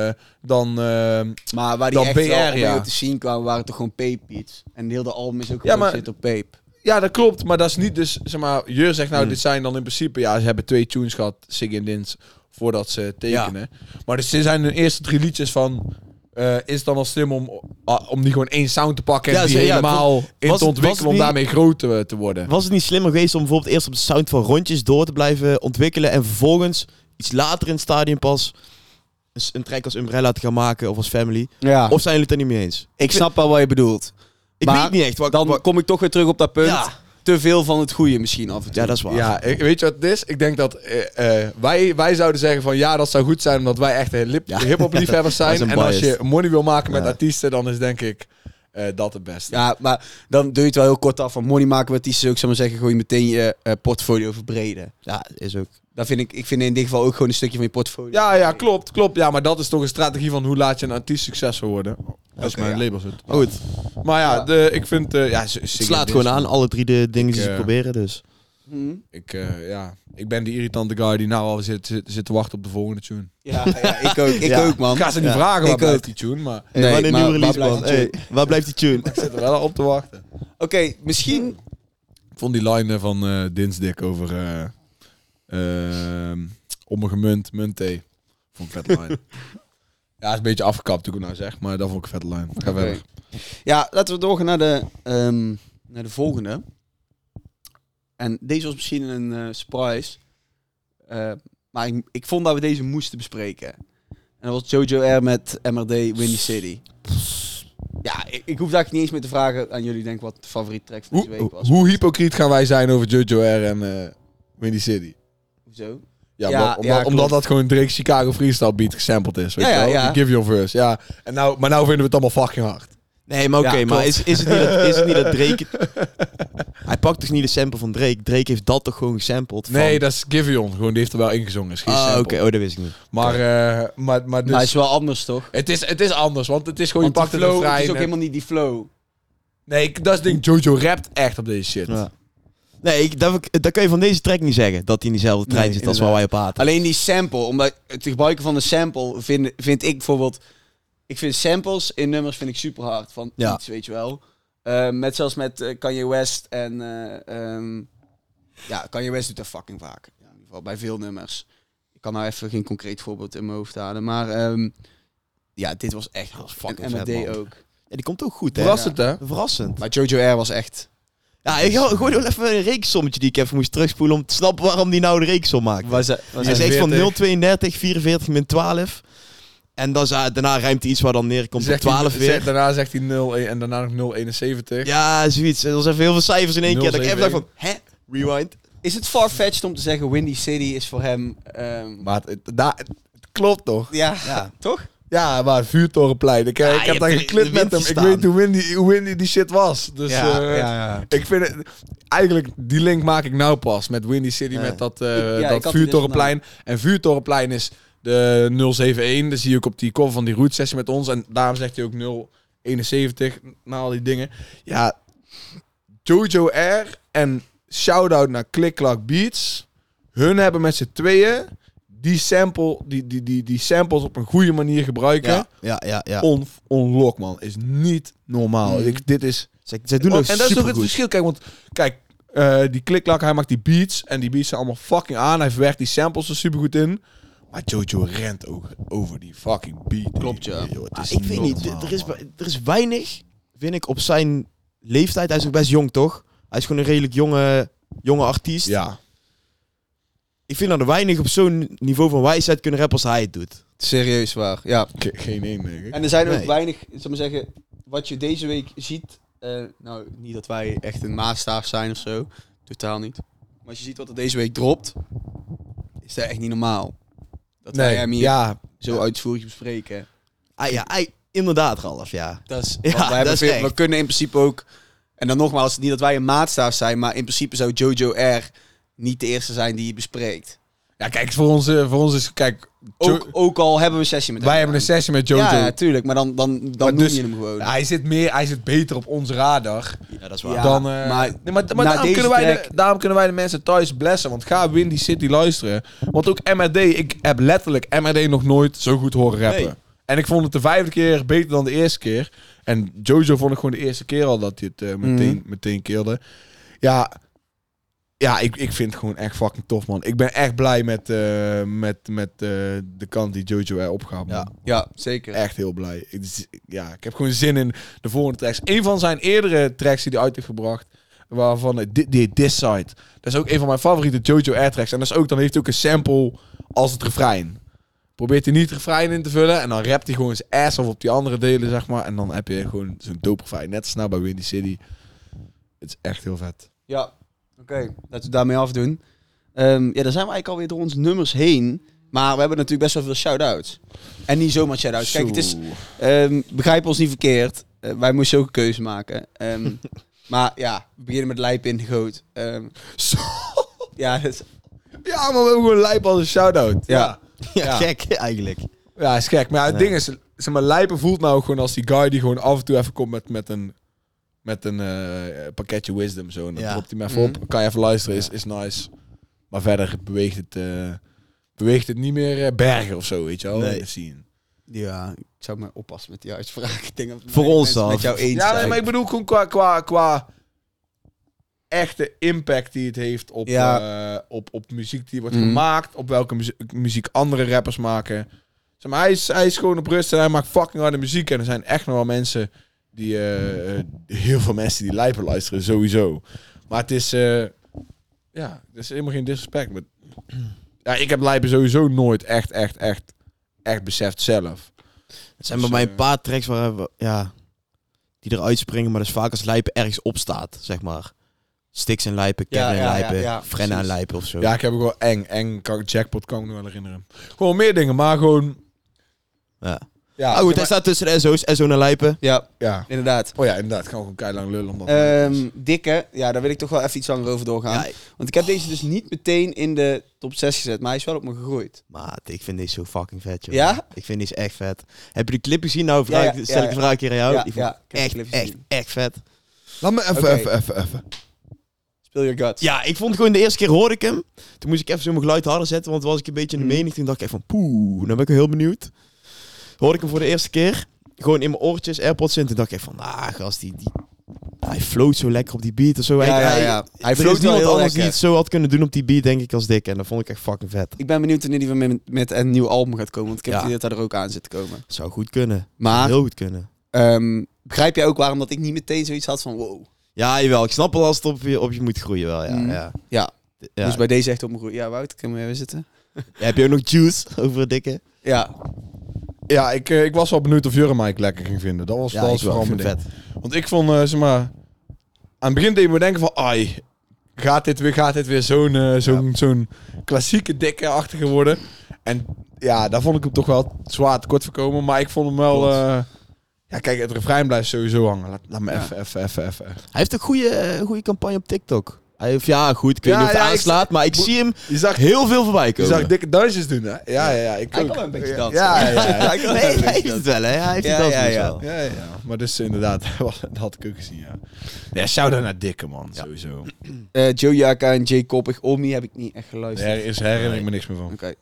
Maar waar die dan echt BR, wel ja. mee op te zien kwamen, waren toch gewoon Pape beats. En de hele album is ook Ja, maar- gebaseerd op Pape. Ja, dat klopt, maar dat is niet dus, zeg maar, Jur zegt nou, Hmm. dit zijn dan in principe, ja, ze hebben 2 tunes gehad, Siggy en Dins, voordat ze tekenen. Maar dus dit zijn hun eerste 3 liedjes van, is het dan al slim om die gewoon één sound te pakken en Ja, die ja, helemaal in was te het ontwikkelen om niet- daarmee groot te worden? Was het niet slimmer geweest om bijvoorbeeld eerst op de sound van rondjes door te blijven ontwikkelen en vervolgens iets later in het stadium pas een track als Umbrella te gaan maken of als Family? Ja, Of zijn jullie het er niet mee eens? ik snap wel wat je bedoelt. Ik Maar weet niet echt. Dan kom ik toch weer terug op dat punt. Ja. Te veel van het goede misschien af en toe. Ja, dat is waar. Ja, weet je wat het is? Ik denk dat wij zouden zeggen van ja, dat zou goed zijn omdat wij echt hip-hop liefhebbers Dat zijn. is een En als bias. je money wil maken met Ja. artiesten, dan is denk ik dat het beste. Ja, maar dan doe je het wel heel kort af. Van money maken met die ook, zou maar zeggen, gewoon meteen je portfolio verbreden. Ja, is ook. Dat vind ik vind in dit geval ook gewoon een stukje van je portfolio. Ja, klopt. Ja, maar dat is toch een strategie van hoe laat je een artiest succesvol worden. Dat is Oké, mijn ja. label. Maar goed, Maar ja, ik vind... ja, het slaat gewoon aan. Alle 3 de dingen die ze Ik, proberen, dus. Ik ben die irritante guy die nou al zit te wachten op de volgende tune. Ja, ik ook. Ik Ja. ook, man. Ik ga ze niet Ja, vragen waar ik blijft ook. die tune, maar Nee, Wanneer maar nieuwe release, waar man? blijft die tune? Hey, waar blijft die tune? ik zit er wel op te wachten. Oké, misschien... Ik vond die line van Dinsdik over om een gemunt, muntthee. Vond ik een vette line. Ja, is een beetje afgekapt toen ik het nou zeg, maar dat vond ik een vette line. Ga Oké. verder. Ja, laten we doorgaan naar de volgende. En deze was misschien een surprise. Maar ik vond dat we deze moesten bespreken. En dat was Jojo R met MRD Windy City. Ja, ik hoef eigenlijk niet eens meer te vragen aan jullie, denk ik, wat de favoriete track van deze week was. Hoe hypocriet gaan wij zijn over Jojo R en Windy City? Hoezo? Ja, Ja, omdat klopt. dat gewoon Drake Chicago Freestyle beat gesampled is. Weet Ja, je wel? ja. Give your verse. Ja. Maar nou vinden we het allemaal fucking hard. Nee, maar oké, Ja, maar klopt. is het niet dat Drake... Hij pakt toch niet de sample van Drake? Drake heeft dat toch gewoon gesampled? Van... Nee, dat is Giveon. Gewoon, die heeft er wel ingezongen. Is geen Ah, sample. oké. Oh, dat wist ik niet. Maar dus, Maar het is wel anders, toch? het is anders, want het is gewoon, Want je die pakt het flow, het refrein is ook en- helemaal niet die flow. Nee, dat is het ding. Jojo rapt echt op deze shit. Ja. Nee, dat kan je van deze track niet zeggen. Dat hij in diezelfde trein Nee, zit als waar wij inderdaad. op haten. Alleen die sample, omdat het gebruiken van de sample vind ik bijvoorbeeld... Ik vind samples in nummers vind ik super hard van Ja. iets, weet je wel. Zelfs met Kanye West en... Kanye West doet dat fucking vaak. Ja, in ieder geval bij veel nummers. Ik kan nou even geen concreet voorbeeld in mijn hoofd halen. Maar dit was echt hard. fucking En vet, MRD man. ook. Ja, die komt ook goed, hè? Verrassend, hè? Verrassend. Maar Jojo R was echt... Ja, ik gooi wel even een rekensommetje die ik even moest terugspoelen om te snappen waarom die nou de rekensom maakt. Hij zegt van 0,32, 44 min 12. En dan daarna ruimt hij iets waar dan neerkomt op 12 weer. Daarna zegt hij 0 en daarna nog 0,71. Ja, zoiets. Dat was even heel veel cijfers in één keer. Dat ik even dacht van, hè? Rewind. Is het far-fetched om te zeggen Windy City is voor hem... Maar het klopt toch? ja, toch? Ja, maar het Vuurtorenplein. Ik je heb hebt daar de geklipt met hem. wind Ik gestaan. weet hoe windy die shit was. Dus ja. ik vind het... Eigenlijk, die link maak ik nou pas met Windy City, Ja. met dat, ik dat had Vuurtorenplein. En Vuurtorenplein is de 071. Dat zie je ook op die cover van die route sessie met ons. En daarom zegt hij ook 071 na al die dingen. Ja, Jojo R en shout-out naar Click Clack Beats. Hun hebben met z'n tweeën die samples op een goede manier gebruiken. Ja. Unlock, man. Is niet normaal. Dit is... Zij doen ook en dat is toch het supergoed. verschil. Kijk, want kijk, die Kliklak, hij maakt die beats. En die beats zijn allemaal fucking aan. Hij verwerkt die samples er supergoed in. Maar Jojo rent ook over die fucking beat. Klopt, ja. Joh, het is Ik weet niet, normaal, er is weinig, vind ik, op zijn leeftijd. Hij is ook best jong, toch? Hij is gewoon een redelijk jonge artiest. Ja. ik vind dat er weinig op zo'n niveau van wijsheid kunnen rappen als hij het doet. Serieus waar, ja. Geen één, denk ik. En er zijn ook weinig, zal maar zeggen, wat je deze week ziet. Nou, niet dat wij echt een maatstaaf zijn of zo. Totaal niet. Maar als je ziet wat er deze week dropt, is dat echt niet normaal. Dat wij hem hier zo uitvoerig bespreken. Inderdaad, Ralf, ja. Dat is, we kunnen in principe ook... En dan nogmaals, niet dat wij een maatstaaf zijn, maar in principe zou Jojo R. niet de eerste zijn die je bespreekt. Ja, kijk, voor ons is... Kijk, ook al hebben we een sessie met hem. Wij hebben een sessie met Jojo. Ja, tuurlijk. Maar dan noem je hem gewoon. Ja, hij zit beter op onze radar. Ja, dat is waar. Ja, Dan, maar daarom kunnen wij de mensen thuis blessen. Want ga Windy City luisteren. Want ook MRD, ik heb letterlijk MRD nog nooit zo goed horen rappen. Nee. En ik vond het de 5e keer beter dan de eerste keer. En Jojo vond ik gewoon de eerste keer al dat hij het meteen keelde. Ja, ik vind het gewoon echt fucking tof, man. Ik ben echt blij met de kant die Jojo er opgaat, man. Ja, zeker. Echt heel blij. Ik heb gewoon zin in de volgende tracks. Een van zijn eerdere tracks die hij uit heeft gebracht, waarvan die This Side. Dat is ook een van mijn favoriete Jojo R tracks. En dat is ook, dan heeft hij ook een sample als het refrein. Probeert hij niet het refrein in te vullen en dan rapt hij gewoon zijn ass of op die andere delen, zeg maar. En dan heb je gewoon zo'n dope refrein. Net als nou bij Windy City. Het is echt heel vet. Ja. Oké, laten we daarmee afdoen. Daar zijn we eigenlijk alweer door onze nummers heen. Maar we hebben natuurlijk best wel veel shout-outs. En niet zomaar shout-outs. Kijk, het is... begrijp ons niet verkeerd. Wij moesten ook een keuze maken. Maar ja, we beginnen met Lijp in de goot. Ja, maar we hebben gewoon Lijp als een shout-out. Ja. Ja, gek eigenlijk. Ja, is gek. Maar het ding is, zeg maar, Lijpen voelt nou gewoon als die guy die gewoon af en toe even komt met een pakketje wisdom zo. En dan dropt hij me even op. Kan je even luisteren, is nice. Maar verder beweegt het niet meer bergen of zo, weet je wel. Nee. Zien. Ja, ik zou maar oppassen met die uitspraak. Ik denk dat voor ons dan. Met jou eens ja, zijn. nee, maar ik bedoel gewoon qua echte impact die het heeft op muziek die wordt gemaakt. Op welke muziek andere rappers maken. Zeg maar, hij is gewoon op rust en hij maakt fucking harde muziek. En er zijn echt nog wel mensen... heel veel mensen die Lijpen luisteren, sowieso. Maar het is... het is helemaal geen disrespect. Maar, ik heb Lijpen sowieso nooit echt beseft zelf. Het zijn bij mij een paar tracks waar die eruit springen, maar dat is vaak als Lijpen ergens op staat, zeg maar. Stix en Lijpen, Kevin en Lijpen, Frenna en Lijpen of zo. Ja, ik heb ook wel eng. Jackpot kan ik me wel herinneren. Gewoon meer dingen, maar gewoon... Ja, goed, hij staat tussen de SO's, SO en Lijpen. Ja, inderdaad. Oh ja, inderdaad. Gaan we gewoon keilang lullen. Omdat Dikke, daar wil ik toch wel even iets langer over doorgaan. Ja, want ik heb deze dus niet meteen in de top 6 gezet, maar hij is wel op me gegroeid. Maar ik vind deze zo fucking vet, joh. Ja? Ik vind deze echt vet. Heb je die clip gezien? Nou, stel ik de vraag een keer aan jou. Die vond ik echt vet. Laat me even. Spill your guts. Ja, ik vond gewoon de eerste keer hoorde ik hem. Toen moest ik even zo mijn geluid harder zetten, want was ik een beetje in de mening. Toen dacht ik echt van, nou ben ik heel benieuwd. Hoorde ik hem voor de eerste keer. Gewoon in mijn oortjes, AirPods in. Toen dacht ik echt van, gast, hij float zo lekker op die beat of zo. Hij float wel heel anders die het zo had kunnen doen op die beat, denk ik, als Dick. En dat vond ik echt fucking vet. Ik ben benieuwd wanneer die met een nieuw album gaat komen. Want ik heb het idee dat hij er ook aan zit te komen. Zou goed kunnen. Maar heel goed kunnen. Begrijp jij ook waarom dat ik niet meteen zoiets had van wow? Ja, jawel. Ik snap wel als het op je moet groeien wel, ja. Dus bij deze echt op mijn groei. Ja, Wout, kunnen we even zitten? Heb je ook nog juice over het Dikke? Ja. Ja, ik was wel benieuwd of Jurre mij lekker ging vinden. Dat was vooral mijn ding. Want ik vond, aan het begin deed ik me denken van, gaat dit weer zo'n klassieke dikke-achtige worden? En ja, daar vond ik hem toch wel zwaar tekort voorkomen. Maar ik vond hem wel... kijk, het refrein blijft sowieso hangen. Laat me even. Hij heeft ook goede campagne op TikTok. Hij heeft, goed, ik weet niet of het aanslaat, maar ik zie hem heel veel voorbij komen. Je zag dikke dansjes doen, hè? Ja. Hij kan wel een beetje dansen. Hij heeft het wel, hè? Hij heeft het wel. Ja. Maar dus inderdaad, dat had ik ook gezien, ja. Ja, shout-out naar Dikke, man, sowieso. Joe Jaka en Jay Koppig, Omni heb ik niet echt geluisterd. Herinner ik me niks meer van. Oké.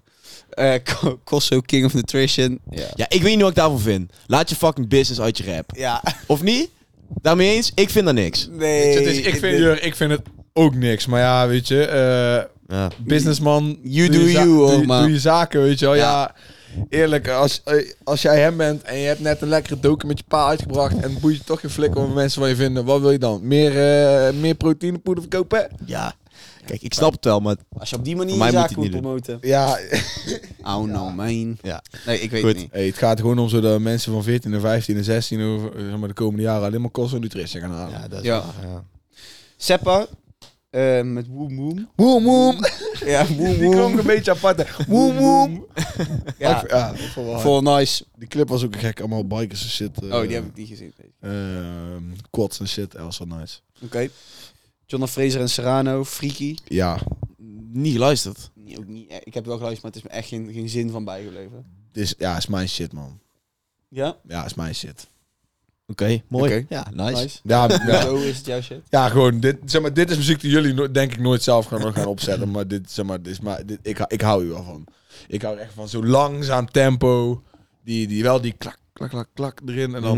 Kosso, King of Nutrition. Ja, ik weet niet wat ik daarvan vind. Laat je fucking business uit je rap. Ja. Of niet? Daarmee eens? Ik vind dat niks. Nee. Ik vind het ook niks. Maar ja, weet je... businessman... Doe je zaken, weet je wel. Ja, eerlijk. Als jij hem bent en je hebt net een lekkere doken met je pa uitgebracht... en boeit je toch je flikker wat mensen van je vinden... wat wil je dan? Meer proteïnepoeder verkopen? Ja. Kijk, ik snap het wel, maar... Als je op die manier Voor mij je moet zaak hij moet het niet promoten. Ja, Oh no, man. Ja. Nee, ik weet Goed. het niet. hey, het gaat gewoon om zodat mensen van 14 en 15 en 16 over zeg maar, de komende jaren alleen maar Costa Nutrition gaan halen. Ja, dat is Ja. waar, ja. Seppa, met Woem Woem. Woem woem. Ja, Woem Die klonk Woem. een beetje apart. Hè. Woem woem. Ja, Ja, ik vond wel hard. vol nice. Die clip was ook gek, allemaal bikers en shit. Oh, die heb ik niet gezien. Quads en shit, dat was wel nice. Oké. Jonah Fraser en Serrano, Freaky. Ja, Niet geluisterd. Nee, ook niet. Ik heb wel geluisterd, maar het is me echt geen zin van bijgebleven. is mijn shit, man. Ja? Ja, is mijn shit. Oké, mooi. Oké. Ja, nice. Ja, ja. Zo is het jouw shit. Ja, gewoon, dit is muziek die jullie denk ik nooit zelf gaan opzetten. Maar dit is maar, ik hou hier wel van. Ik hou echt van zo langzaam tempo. Die wel die klak, klak, klak, klak erin. En dan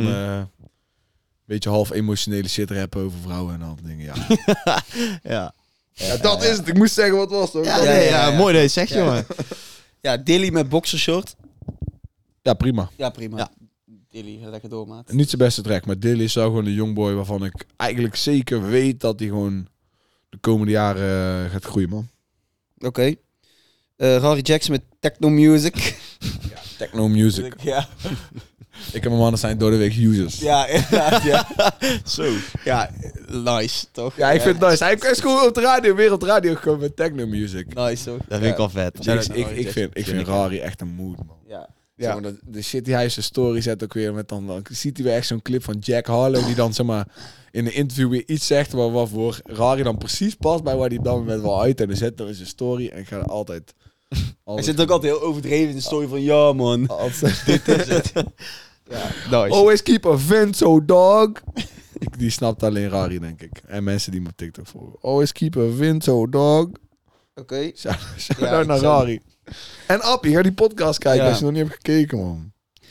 beetje half emotionele shit rappen over vrouwen en al die dingen. Ja, Ja. ja dat is het. Ik moest zeggen wat het was, toch? Ja, mooi dat je zegt, jongen. Ja, Dilly met boxershort. Ja, prima. Ja, prima. Ja. Dilly, lekker door, maat. Niet zijn beste track, maar Dilly is wel gewoon een youngboy waarvan ik eigenlijk zeker weet dat hij gewoon de komende jaren gaat groeien, man. Oké. Harry Jackson met Techno Music. Techno music. Ja. Ik heb een mannen zijn door de week users. Ja, inderdaad, ja. Zo. Ja, nice, toch? Ja, ik vind het nice. Hij is gewoon op de radio, weer op de radio gekomen met techno music. Nice, toch? Dat vind ik wel vet. Ik vind Rari echt een mood, man. Ja. Ja. De shit die hij in zijn story zet ook weer met dan ziet hij weer echt zo'n clip van Jack Harlow die dan zeg maar in een interview weer iets zegt wat voor Rari dan precies past bij waar hij dan met wel uit en dan zet dan in zijn story en ik ga altijd Hij zit ook altijd heel overdreven in de story van ja, man. Dit is het. Ja, nice. Always keep a Vinto dog. Die snapt alleen Rari, denk ik. En mensen die me op TikTok volgen. Always keep a Vinto dog. Oké. Shout-out naar Rari. En Appie, ga die podcast kijken Ja. als je nog niet hebt gekeken, man.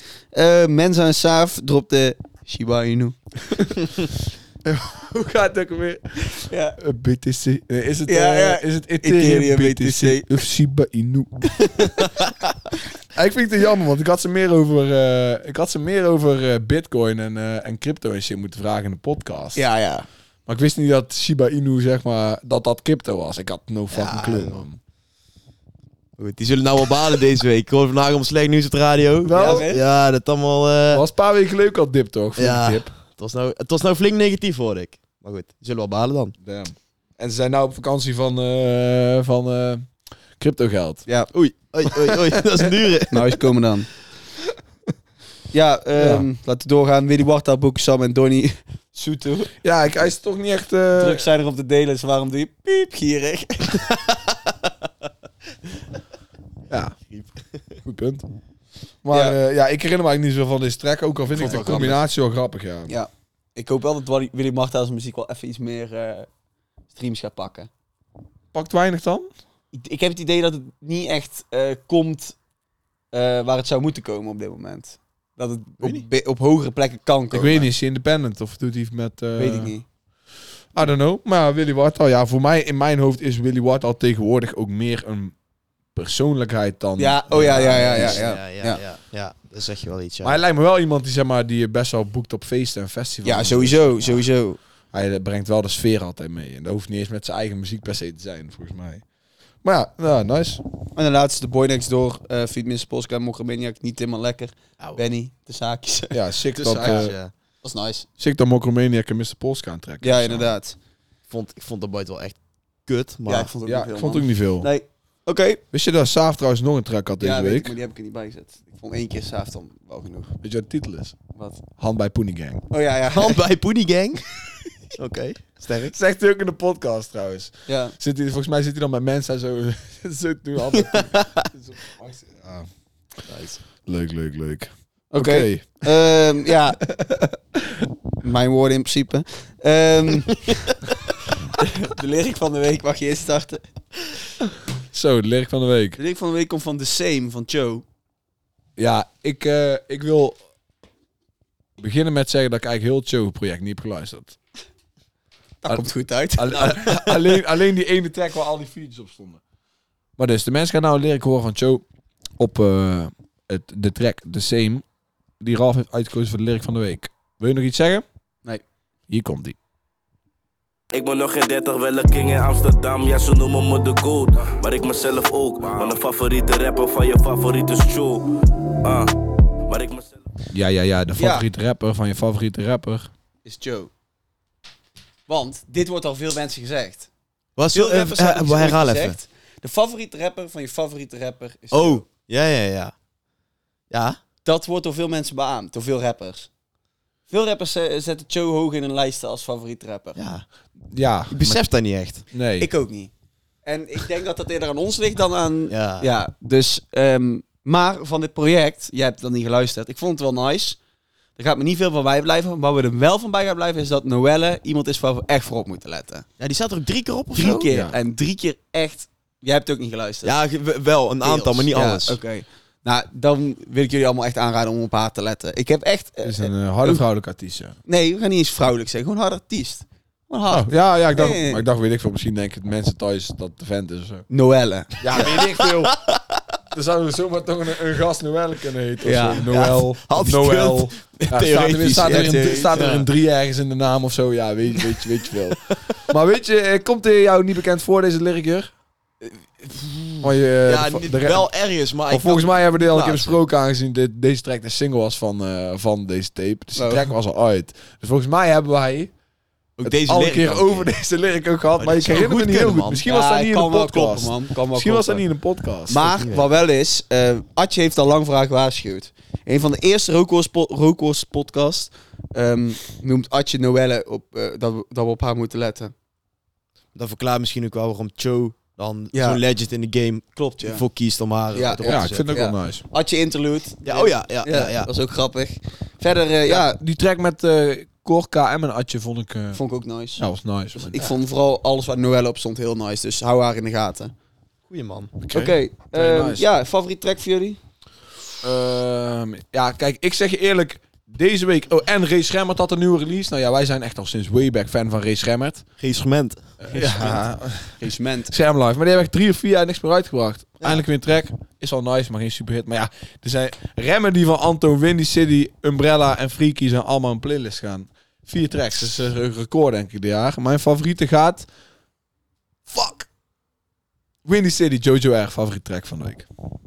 Mensa en Saaf dropte Shiba Inu. Hoe gaat het ook weer? Ja. BTC. Nee, is het, Ja. is het Ethereum Ethereum BTC. BTC of Shiba Inu? Ik vind het jammer, want ik had ze meer over Bitcoin en crypto en shit moeten vragen in de podcast. Ja. Maar ik wist niet dat Shiba Inu, zeg maar, dat crypto was. Ik had no fucking clue, man. Goed, die zullen nou wel balen deze week. Ik hoor vandaag om slecht nieuws op de radio. Wel? Ja, dat allemaal... Dat was een paar weken leuk al dip, toch? Voor Ja. die tip. Het was nou flink negatief, hoorde ik. Maar goed, die zullen wel balen dan. Damn. En ze zijn nou op vakantie van crypto geld. Ja. Oei, dat is een dure. Nou, is komen dan. Ja, laten we doorgaan. Willy Warta, Bokusam en Donny Soeto. Ja, hij is toch niet echt... Drugs zijn er op de delen, dus waarom doe je piep gierig? Ja, goed punt. Maar ik herinner me eigenlijk niet zo van deze track. Ook al vind ik de combinatie wel grappig, ja. Ja. Ik hoop wel dat Willy Marta zijn muziek wel even iets meer streams gaat pakken. Pakt weinig dan? Ik heb het idee dat het niet echt komt waar het zou moeten komen op dit moment. Dat het op hogere plekken kan komen. Ik weet niet, is hij independent of doet hij met... Weet ik niet. I don't know. Maar ja, Willy Wartaal, ja, voor mij, in mijn hoofd is Willy Wartaal tegenwoordig ook meer een persoonlijkheid dan... Ja, Ja, dat zeg je wel iets, ja. Maar hij lijkt me wel iemand die, zeg maar, die je best wel boekt op feesten en festivals. Ja, sowieso. Hij brengt wel de sfeer altijd mee. En dat hoeft niet eens met zijn eigen muziek per se te zijn, volgens mij. Maar ja, nice. En de laatste, de Boy Next Door, Feed Mr. Polska en Mokromaniac, niet helemaal lekker. Auw. Benny, de zaakjes. Ja, sick Dus, dat, ja. Dat is nice. sick dat Mokromaniac en Mr. Polska aantrekken. Ja, inderdaad. Ik vond de boy wel echt kut, maar... Ja, ik vond het ook Ja, niet veel, ik vond man. het ook niet veel. Nee. Oké. Wist je dat Saaf trouwens nog een track had deze Ja, weet week? ik, maar die heb ik er niet bij gezet. Ik vond 1 keer Saaf dan wel genoeg. Weet je wat de titel is? Wat? Hand bij Pony Gang. Oh ja. Hand bij Poenie Gang. Oké, sterk. Zegt hij ook in de podcast trouwens. Ja. Volgens mij zit hij dan met mensen en zo. Zo doen handen. Ja. Nice. Leuk. Oké. Ja. Mijn woorden in principe. De lyric van de week mag je eerst starten. Zo, de lyric van de week. De lyric van de week komt van The Same van Joe. Ja, ik wil beginnen met zeggen dat ik eigenlijk heel Joe-project niet heb geluisterd. Dat komt goed uit. Alleen die ene track waar al die features op stonden. Maar dus, de mensen gaan nou een lyric horen van Joe op de track The Same, die Ralf heeft uitgekozen voor de lyric van de week. Wil je nog iets zeggen? Nee. Hier komt die. Ik ben nog geen 30, wel een king in Amsterdam. Ja, ze noemen me de GOAT, maar ik mezelf ook. Want een favoriete rapper van je favoriete show. Maar ik mezelf... Ja, de favoriete rapper van je favoriete rapper. Is Joe. Want dit wordt al veel mensen gezegd. Veel rappers hebben het herhaal gezegd. even. De favoriete rapper van je favoriete rapper is Joe. Oh, ja. Ja? Dat wordt door veel mensen beaamd, door veel rappers. Veel rappers zetten Joe hoog in hun lijsten als favoriete rapper. Ja. Ik besef dat niet echt. Nee. Ik ook niet. En ik denk dat dat eerder aan ons ligt dan aan... Ja. Dus... maar van dit project, jij hebt dan niet geluisterd, ik vond het wel nice. Er gaat me niet veel van bijblijven. Waar we er wel van bij gaan blijven is dat Noelle iemand is waar we echt voor op moeten letten. Ja, die staat er ook 3 keer op of 3 zo? keer. Ja. En 3 keer echt... Jij hebt het ook niet geluisterd. Ja, wel een aantal, maar niet Ja, alles. Oké. Nou, dan wil ik jullie allemaal echt aanraden om op haar te letten. Ik heb echt... Het is een harde vrouwelijke artiest, ja. Nee, we gaan niet eens vrouwelijk zeggen. Gewoon hard artiest. Gewoon hard. Oh, ja, ik dacht, Nee. maar ik dacht, weet ik veel, misschien denken mensen thuis dat de vent is of zo. Noelle. Ja, weet ik veel. Dan zouden we zomaar toch een gast Noël kunnen heten. Ja. Of zo. Noël, had of die Noël. Ja, Theoretisch, staat er een 3 ergens in de naam of zo. Ja, weet je veel. Maar weet je, komt jou niet bekend voor, deze lyric hier? Wel ergens, maar Volgens mij hebben we dit al een keer plaatsen. besproken, aangezien deze track de single was van deze tape. Dus die track was al uit. Dus volgens mij hebben wij ook het deze al een lyric keer ook. over deze lyric ook gehad. Oh, Maar dat ik herinner me zou niet goed heel kunnen, goed. man. Misschien was dat niet in kan een wel podcast. kloppen, man. Kan wel Misschien was dat niet kloppen. in een podcast. Maar wat wel is, Atje heeft al lang voor haar gewaarschuwd. Een van de eerste Rookworst podcast noemt Atje Noelle op dat we op haar moeten letten. Dat verklaart misschien ook wel waarom Joe dan Ja. zo'n legend in de game Klopt, ja. voor kiest om haar Ja. erop te Ja, ik zetten. vind het ook Ja. wel nice. Atje interlude. Ja, ja. Dat was ook grappig. Verder, Die track met Cor KM en Atje vond ik... vond ik ook nice. ja, was nice. Ik vond vooral alles waar Noelle op stond heel nice. Dus hou haar in de gaten. Goeie man. Oké. Nice. Ja, favoriet track voor jullie? Ja, kijk, ik zeg je eerlijk, deze week... Oh, en Ray Schemmert had een nieuwe release. Nou ja, wij zijn echt al sinds way back fan van Ray Schemmert. Instrument. Ja, Regiment. Scherm Live. Maar die hebben echt 3 of 4 jaar niks meer uitgebracht. Eindelijk weer een track. Is al nice, maar geen superhit. Maar ja, er zijn Remedy van Anto, Windy City, Umbrella en Freaky zijn allemaal een playlist gaan. 4 tracks. Dat is een record, denk ik, dit jaar. Mijn favoriete gaat... Fuck! Windy City, Jojo R. Favoriete track van de week.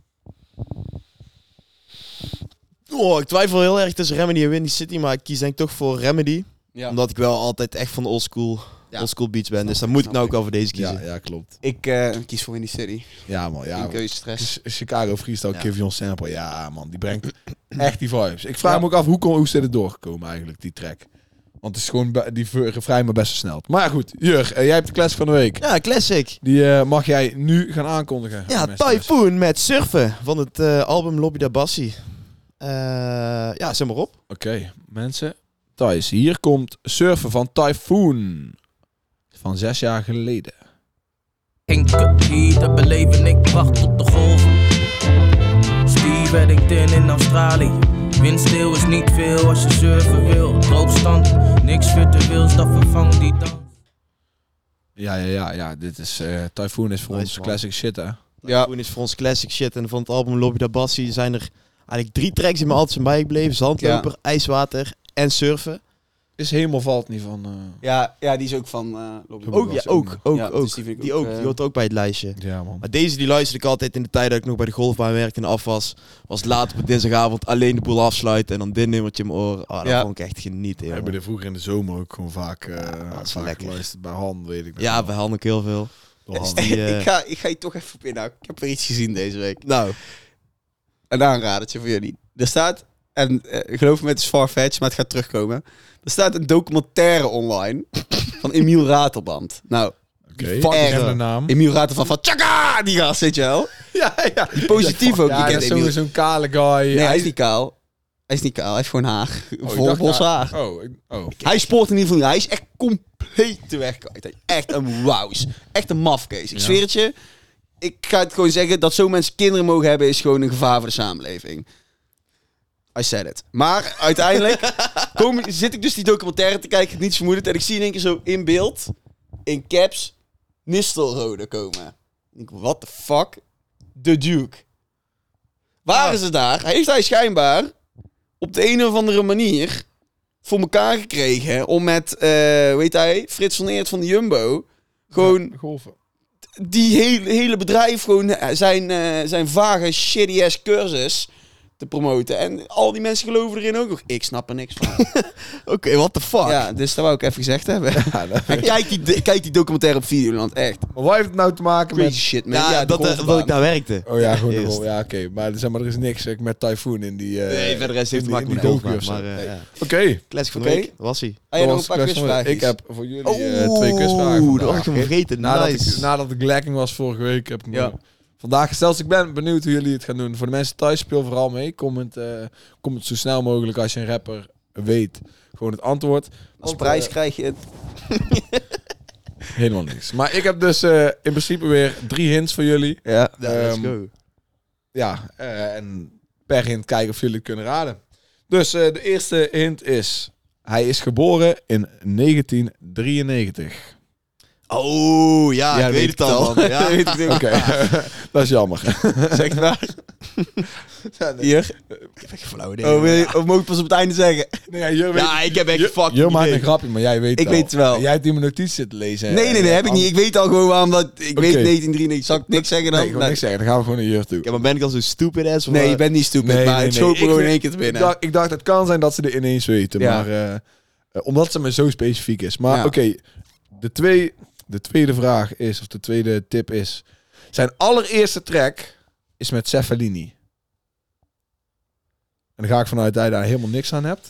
Oh, ik twijfel heel erg tussen Remedy en Windy City, maar ik kies denk ik toch voor Remedy. Ja. Omdat ik wel altijd echt van de oldschool beats ben. Dus dan ik, moet ik snap nou ook ik. wel voor deze kiezen. Ja, klopt. Ik kies voor Windy City. Ja, man. Ja, Geen keuzestress. Chicago Freestyle, Ja. Give You Sample. Ja, man. Die brengt echt die vibes. Ik vraag me ook af, hoe is dit doorgekomen eigenlijk, die track? Want het is gewoon, die refrein maar best wel snel. Maar ja, goed. Jur, jij hebt de classic van de week. Ja, classic. Die mag jij nu gaan aankondigen. Ja, Mensen. Typhoon met Surfen van het album Lobby da Bassi. Ja, zet maar op. Oké, mensen. Thijs, hier komt Surfen van Typhoon. Van 6 jaar geleden. Geen kut hier te beleven, ik wacht tot de golven. Steve Eddington in Australië. Windstil is niet veel als je surfen wil. Droogstand, niks virtueels, dat vervangt die dans. Ja. Dit is... Typhoon is voor Nice, ons man. classic shit, hè? Ja. Typhoon is voor ons classic shit. En van het album Lobby da Bassi zijn er eigenlijk 3 tracks die me altijd zijn bijgebleven. Zandloper, IJswater en Surfen. Is helemaal valt niet van... Ja, die is ook van Lobby. Ook, ja, ook. Ja, dus die vind ik Die ook, ook. Die hoort ook bij het lijstje. Ja, man. Maar deze die luisterde ik altijd in de tijd dat ik nog bij de golfbaan werkte en af was. Was laat op een dinsdagavond alleen de boel afsluiten en dan dit nummertje in mijn oor. Oh, dat Ja. vond ik echt genieten. We jongen. hebben er vroeger in de zomer ook gewoon vaak, dat is vaak lekker. geluisterd. Bij Han, weet ik. Ja, bij Han ook heel veel. Door Han. Die, ik ga je toch even op inhouden. Ik heb er iets gezien deze week. Nou, Een aanradertje voor jullie. Er staat, en geloof me, het is farfetch, maar het gaat terugkomen. Er staat een documentaire online van Emiel Ratelband. Nou, Oké, die ik fuck- ken de naam. Emiel Ratelband van Tjaka! Die gast, weet je wel? Ja. Die positief ook. Ja, Je dat kent is Emiel. zo'n kale guy. Nee, hij is niet kaal. Hij is niet kaal, hij heeft gewoon haar. Vol bos haar. Oh. Hij spoort in ieder geval niet. Hij is echt compleet de weg kwijt. Hij is echt een wauws. Echt een mafkees. Ik zweer het je. Ik ga het gewoon zeggen. Dat zo mensen kinderen mogen hebben is gewoon een gevaar voor de samenleving. I said it. Maar uiteindelijk zit ik dus die documentaire te kijken. Niets vermoedend. En ik zie in één keer zo in beeld. In caps. Nistelrode komen. Ik denk, what the fuck? The Duke. Waren ze daar? Heeft hij schijnbaar op de een of andere manier voor elkaar gekregen om met, hoe heet hij, Frits van Eert van de Jumbo, gewoon golven. die hele bedrijf, gewoon zijn vage, shitty-ass cursus te promoten. En al die mensen geloven erin ook nog. Ik snap er niks van. Oké, what the fuck? Ja, dus dat wou ik even gezegd hebben. Ja, En kijk die documentaire op Videoland, echt. maar wat heeft het nou te maken Crazy met... shit, man. Ja, de dat golfbaan. ik daar werkte. Oh ja, gewoon de Eerst. rol. Ja, oké. Maar zeg maar, er is niks met Typhoon in die... Nee, verder rest heeft in te maken die met golf, docu of zo. maar Nee. ja. Oké. Classic van de Oké. week, dat was hij. Heb je nog Dat een was paar quizvragen? Ik heb voor jullie 2 quizvragen Oeh, dat vandaag. was ik gewoon vergeten. Nice. Nadat ik lekking was vorige week, heb ik Ja. me vandaag gesteld. Dus ik ben benieuwd hoe jullie het gaan doen. Voor de mensen thuis, speel vooral mee. Comment zo snel mogelijk als je een rapper weet. Gewoon het antwoord. Als Want, prijs krijg je het. helemaal niks. Maar ik heb dus in principe weer 3 hints voor jullie. Ja. Ja, let's Ehm, go. Ja, en per hint kijken of jullie het kunnen raden. Dus de eerste hint is... Hij is geboren in 1993. Oh, ja, Ja, ik weet het al. Man. Ja. Oké, dat is jammer. Zeg het maar. Hier. Ik heb echt een flauw idee. Oh, of moet ik pas op het einde zeggen? Nee, Ja, ik heb echt fucking Je maakt idee. een grapje, maar jij weet Ik weet het wel. En jij hebt die mijn notities zitten lezen. Nee, heb ik niet. Ik weet al gewoon waarom dat... Ik weet Oké. 1993. Zal ik niks zeggen dan? Nee, gewoon niks zeggen. Dan gaan we gewoon naar Jur toe. Ja, maar ben ik al zo stupid ass? Nee, je bent niet stupid, maar het schoot me gewoon in één keer te binnen. Ik dacht, het kan zijn dat ze er ineens weten. Ja. Maar omdat ze maar zo specifiek is. Maar Ja. oké, de tweede vraag is, of de tweede tip is... Zijn allereerste track is met Cefalini. En dan ga ik vanuit dat je daar helemaal niks aan hebt.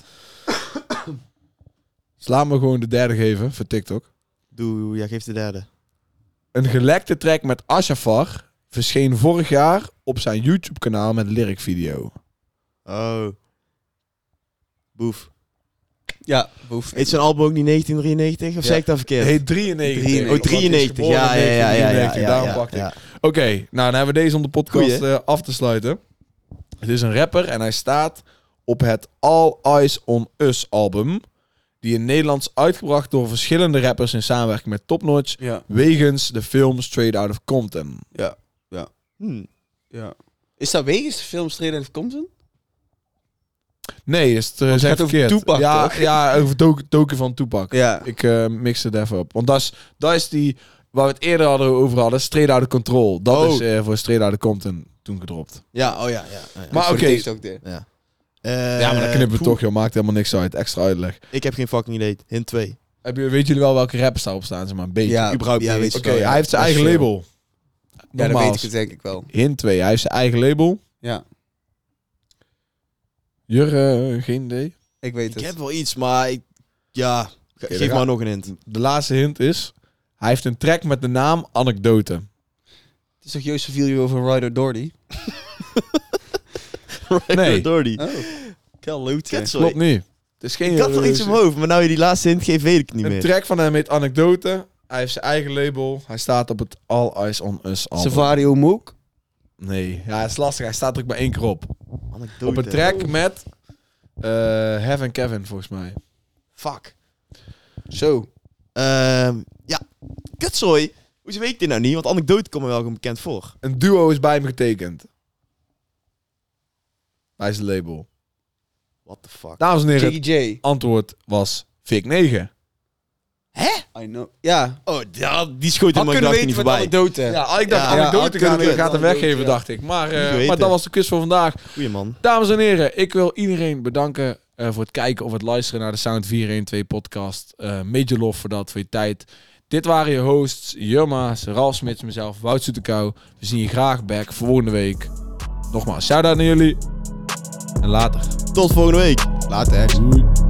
Dus laat me gewoon de derde geven voor TikTok. Doe, ja, geef de derde. Een gelekte track met Ashafar verscheen vorig jaar op zijn YouTube-kanaal met lyric video. Oh. Boef. Ja, boef. Heet zijn album ook niet 1993? Of Ja. zeg ik dat verkeerd? Heet 93. Oh, 93. Ja. Daarom pakte ik. Oké, nou dan hebben we deze om de podcast af te sluiten. Het is een rapper en hij staat op het All Eyes on Us album. Die in Nederlands uitgebracht door verschillende rappers in samenwerking met Top Notch. Ja. Wegens de film Straight Out of Compton. Ja. Ja. Is dat wegens de film Straight Out of Compton? Nee, is het het zijn gaat over verkeerd. Tupac, ja, toch? ja, over Doken van Tupac. Ja. Ik mix het even op. Want dat is die waar we het eerder over hadden. Straight Out of Control. Dat is voor Straight Out of Compton toen gedropt. Ja, oh ja. Maar Voor de oké. tekst ook dit. Ja. Ja, maar dan knippen we toch, joh. Maakt helemaal niks uit. Extra uitleg. Ik heb geen fucking idee. Hint 2. Weet jullie wel welke rappers daarop staan? Zeg maar een beetje. Ja, überhaupt ja, niet weet eens. je Oké, wel, ja. hij heeft zijn Dat is eigen veel. label. Ja, dat weet Nogmaals, ik het denk ik wel. hint 2. Hij heeft zijn eigen label. Ja, Jur, geen idee. ik weet Ik het. heb wel iets, maar dan geef ga- maar nog een hint. De laatste hint is... Hij heeft een track met de naam Anekdote. Het is toch Joost Viljo over Ryder Doherty? Nee. Doordy. Oh. Klote. Klopt niet. Het is geen... Ik had wel iets in mijn hoofd, maar nou je die laatste hint geeft, weet ik het niet Een meer. track van hem heet Anekdote. Hij heeft zijn eigen label. Hij staat op het All Eyes on Us album. Savario Mook? Nee, ja, het is lastig. Hij staat er ook maar 1 keer op. Anekdote. Op een track met Heaven Kevin, volgens mij. Fuck. Zo. Ja. Kutzooi. Hoezo weet ik dit nou niet? Want anekdote komt me wel gewoon bekend voor. Een duo is bij hem getekend. Bij zijn label. What the fuck? Dames en heren, Jiggy het J. antwoord was Vic 9. I know. Ja. Oh, ja, die schoot Had in mijn kunnen gedachten niet weten van voorbij. anekdote. Ja, ik dacht Ja, anekdote had kunnen weten, gaat er anekdote, weggeven, ja. dacht ik. Maar geweten. dat was de quiz voor vandaag. Goeie man. Dames en heren, ik wil iedereen bedanken voor het kijken of het luisteren naar de Sound 412 podcast. Major love voor dat, voor je tijd. Dit waren je hosts, Jurma, Ralf Smits, mezelf, Wout Soetekau. We zien je graag back volgende week. Nogmaals, shout-out naar jullie. En later. Tot volgende week. Later. Doei.